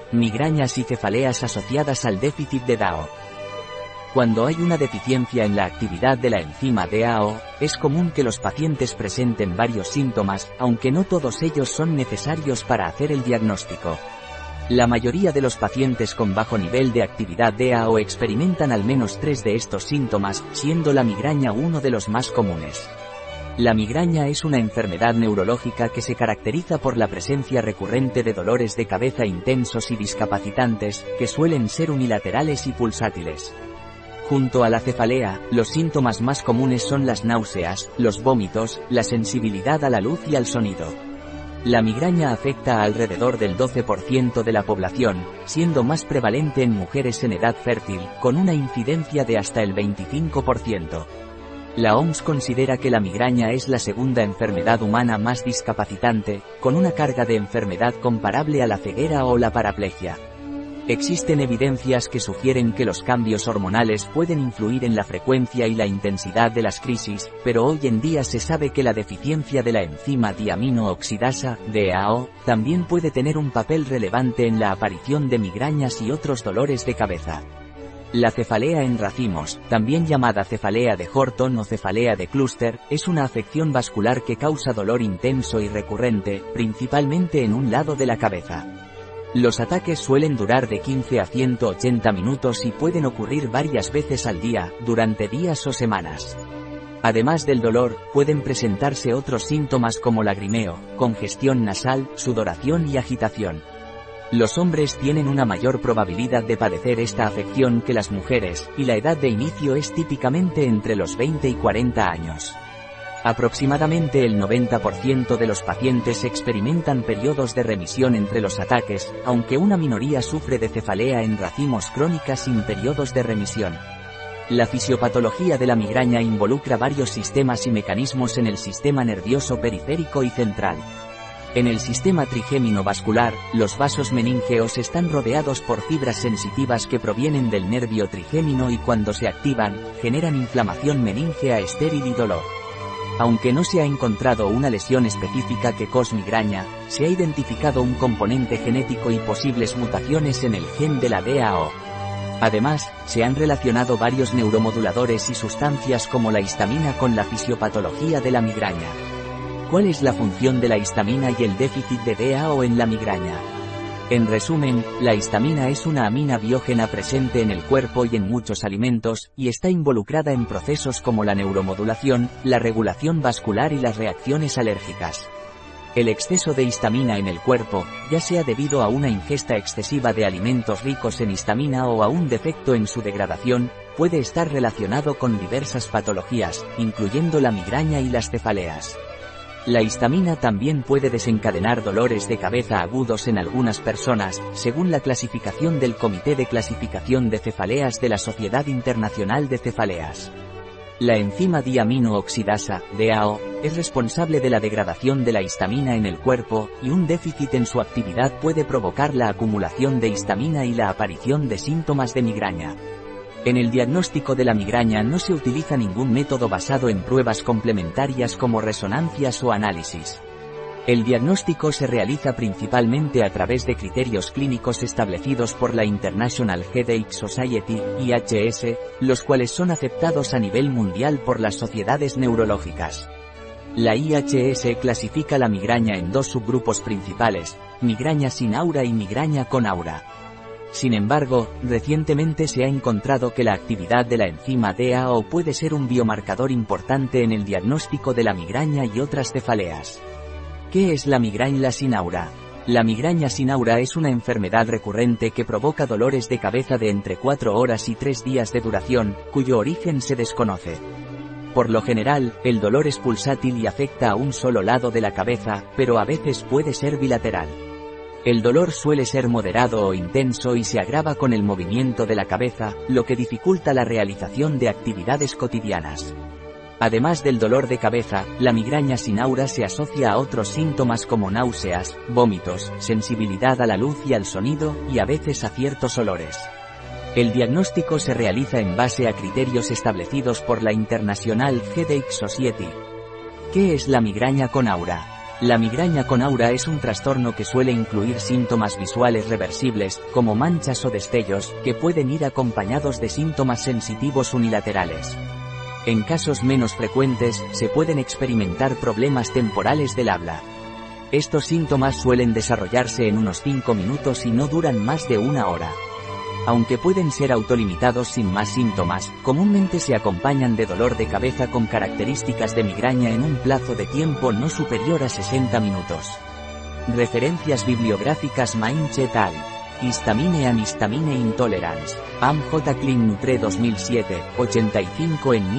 Migrañas y cefaleas asociadas al déficit de DAO. Cuando hay una deficiencia en la actividad de la enzima DAO, es común que los pacientes presenten varios síntomas, aunque no todos ellos son necesarios para hacer el diagnóstico. La mayoría de los pacientes con bajo nivel de actividad DAO experimentan al menos 3 de estos síntomas, siendo la migraña uno de los más comunes. La migraña es una enfermedad neurológica que se caracteriza por la presencia recurrente de dolores de cabeza intensos y discapacitantes, que suelen ser unilaterales y pulsátiles. Junto a la cefalea, los síntomas más comunes son las náuseas, los vómitos, la sensibilidad a la luz y al sonido. La migraña afecta a alrededor del 12% de la población, siendo más prevalente en mujeres en edad fértil, con una incidencia de hasta el 25%. La OMS considera que la migraña es la segunda enfermedad humana más discapacitante, con una carga de enfermedad comparable a la ceguera o la paraplegia. Existen evidencias que sugieren que los cambios hormonales pueden influir en la frecuencia y la intensidad de las crisis, pero hoy en día se sabe que la deficiencia de la enzima diamino-oxidasa, DAO, también puede tener un papel relevante en la aparición de migrañas y otros dolores de cabeza. La cefalea en racimos, también llamada cefalea de Horton o cefalea de Cluster, es una afección vascular que causa dolor intenso y recurrente, principalmente en un lado de la cabeza. Los ataques suelen durar de 15 a 180 minutos y pueden ocurrir varias veces al día, durante días o semanas. Además del dolor, pueden presentarse otros síntomas como lagrimeo, congestión nasal, sudoración y agitación. Los hombres tienen una mayor probabilidad de padecer esta afección que las mujeres, y la edad de inicio es típicamente entre los 20 y 40 años. Aproximadamente el 90% de los pacientes experimentan periodos de remisión entre los ataques, aunque una minoría sufre de cefalea en racimos crónica sin periodos de remisión. La fisiopatología de la migraña involucra varios sistemas y mecanismos en el sistema nervioso periférico y central. En el sistema trigémino vascular, los vasos meníngeos están rodeados por fibras sensitivas que provienen del nervio trigémino y cuando se activan, generan inflamación meníngea estéril y dolor. Aunque no se ha encontrado una lesión específica que cause migraña, se ha identificado un componente genético y posibles mutaciones en el gen de la DAO. Además, se han relacionado varios neuromoduladores y sustancias como la histamina con la fisiopatología de la migraña. ¿Cuál es la función de la histamina y el déficit de DAO en la migraña? En resumen, la histamina es una amina biógena presente en el cuerpo y en muchos alimentos, y está involucrada en procesos como la neuromodulación, la regulación vascular y las reacciones alérgicas. El exceso de histamina en el cuerpo, ya sea debido a una ingesta excesiva de alimentos ricos en histamina o a un defecto en su degradación, puede estar relacionado con diversas patologías, incluyendo la migraña y las cefaleas. La histamina también puede desencadenar dolores de cabeza agudos en algunas personas, según la clasificación del Comité de Clasificación de Cefaleas de la Sociedad Internacional de Cefaleas. La enzima diamino-oxidasa, DAO, es responsable de la degradación de la histamina en el cuerpo, y un déficit en su actividad puede provocar la acumulación de histamina y la aparición de síntomas de migraña. En el diagnóstico de la migraña no se utiliza ningún método basado en pruebas complementarias como resonancias o análisis. El diagnóstico se realiza principalmente a través de criterios clínicos establecidos por la International Headache Society, IHS, los cuales son aceptados a nivel mundial por las sociedades neurológicas. La IHS clasifica la migraña en 2 subgrupos principales, migraña sin aura y migraña con aura. Sin embargo, recientemente se ha encontrado que la actividad de la enzima DAO puede ser un biomarcador importante en el diagnóstico de la migraña y otras cefaleas. ¿Qué es la migraña sin aura? La migraña sin aura es una enfermedad recurrente que provoca dolores de cabeza de entre 4 horas y 3 días de duración, cuyo origen se desconoce. Por lo general, el dolor es pulsátil y afecta a un solo lado de la cabeza, pero a veces puede ser bilateral. El dolor suele ser moderado o intenso y se agrava con el movimiento de la cabeza, lo que dificulta la realización de actividades cotidianas. Además del dolor de cabeza, la migraña sin aura se asocia a otros síntomas como náuseas, vómitos, sensibilidad a la luz y al sonido, y a veces a ciertos olores. El diagnóstico se realiza en base a criterios establecidos por la International Headache Society. ¿Qué es la migraña con aura? La migraña con aura es un trastorno que suele incluir síntomas visuales reversibles, como manchas o destellos, que pueden ir acompañados de síntomas sensitivos unilaterales. En casos menos frecuentes, se pueden experimentar problemas temporales del habla. Estos síntomas suelen desarrollarse en unos 5 minutos y no duran más de 1 hora. Aunque pueden ser autolimitados sin más síntomas, comúnmente se acompañan de dolor de cabeza con características de migraña en un plazo de tiempo no superior a 60 minutos. Referencias bibliográficas Mainz et al. Histamine and Histamine Intolerance. Am J. Clean Nutre 2007, 85 en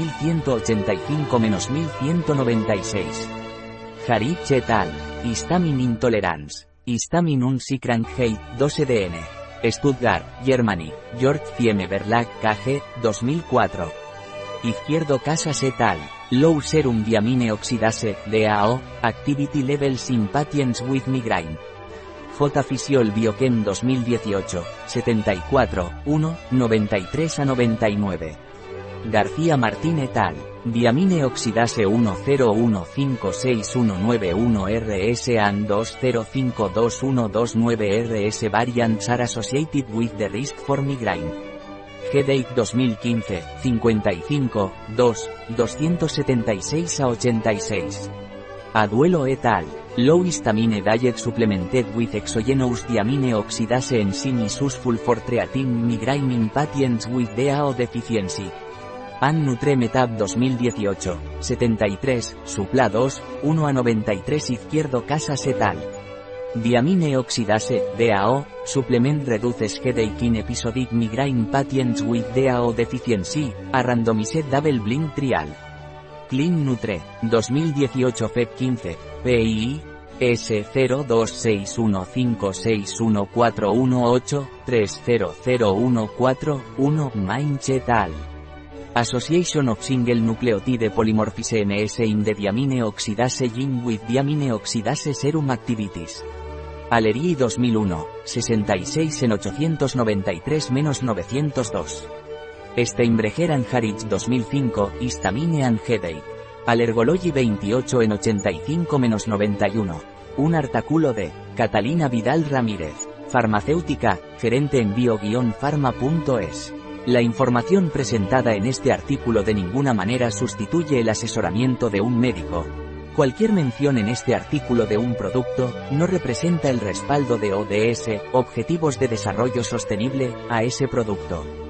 1185-1196. Harich et al. Histamine Intolerance. Histamine Unsikrankheit, 2 edn. Stuttgart, Germany, Georg Thieme Verlag KG, 2004. Izquierdo Casas et al. Low Serum Diamine Oxidase, DAO, Activity Levels in Patients with Migraine. J. Physiol Biochem 2018, 74, 1, 93-99. García Martín et al. Diamine Oxidase 101561991 RS and 2052129 RS Variants are associated with the risk for migraine. Headache 2015, 55, 2, 276-86. Aduelo et al. Low Histamine Diet Supplemented with Exogenous Diamine Oxidase Enzyme is useful for treating migraine in patients with DAO deficiency. An Nutremetab 2018, 73, Supla 2, 1-93 Izquierdo Casas et al. Diamine Oxidase, DAO, Supplement Reduces Headache in Episodic Migraine Patients with DAO Deficiency, a Randomized Double Blind Trial. Clean Nutre, 2018 Feb 15, PII, S0261561418-30014-1 Mainz et al. Association of Single Nucleotide Polymorphism NS in the Diamine Oxidase Gene with Diamine Oxidase Serum Activities. Allery 2001, 66 en 893-902. Steinbrecher and Harich 2005, Histamine and Headache. Allergology 28 en 85-91. Un artículo de Catalina Vidal Ramírez, farmacéutica, gerente en bio-pharma.es. La información presentada en este artículo de ninguna manera sustituye el asesoramiento de un médico. Cualquier mención en este artículo de un producto, no representa el respaldo de ODS, Objetivos de Desarrollo Sostenible, a ese producto.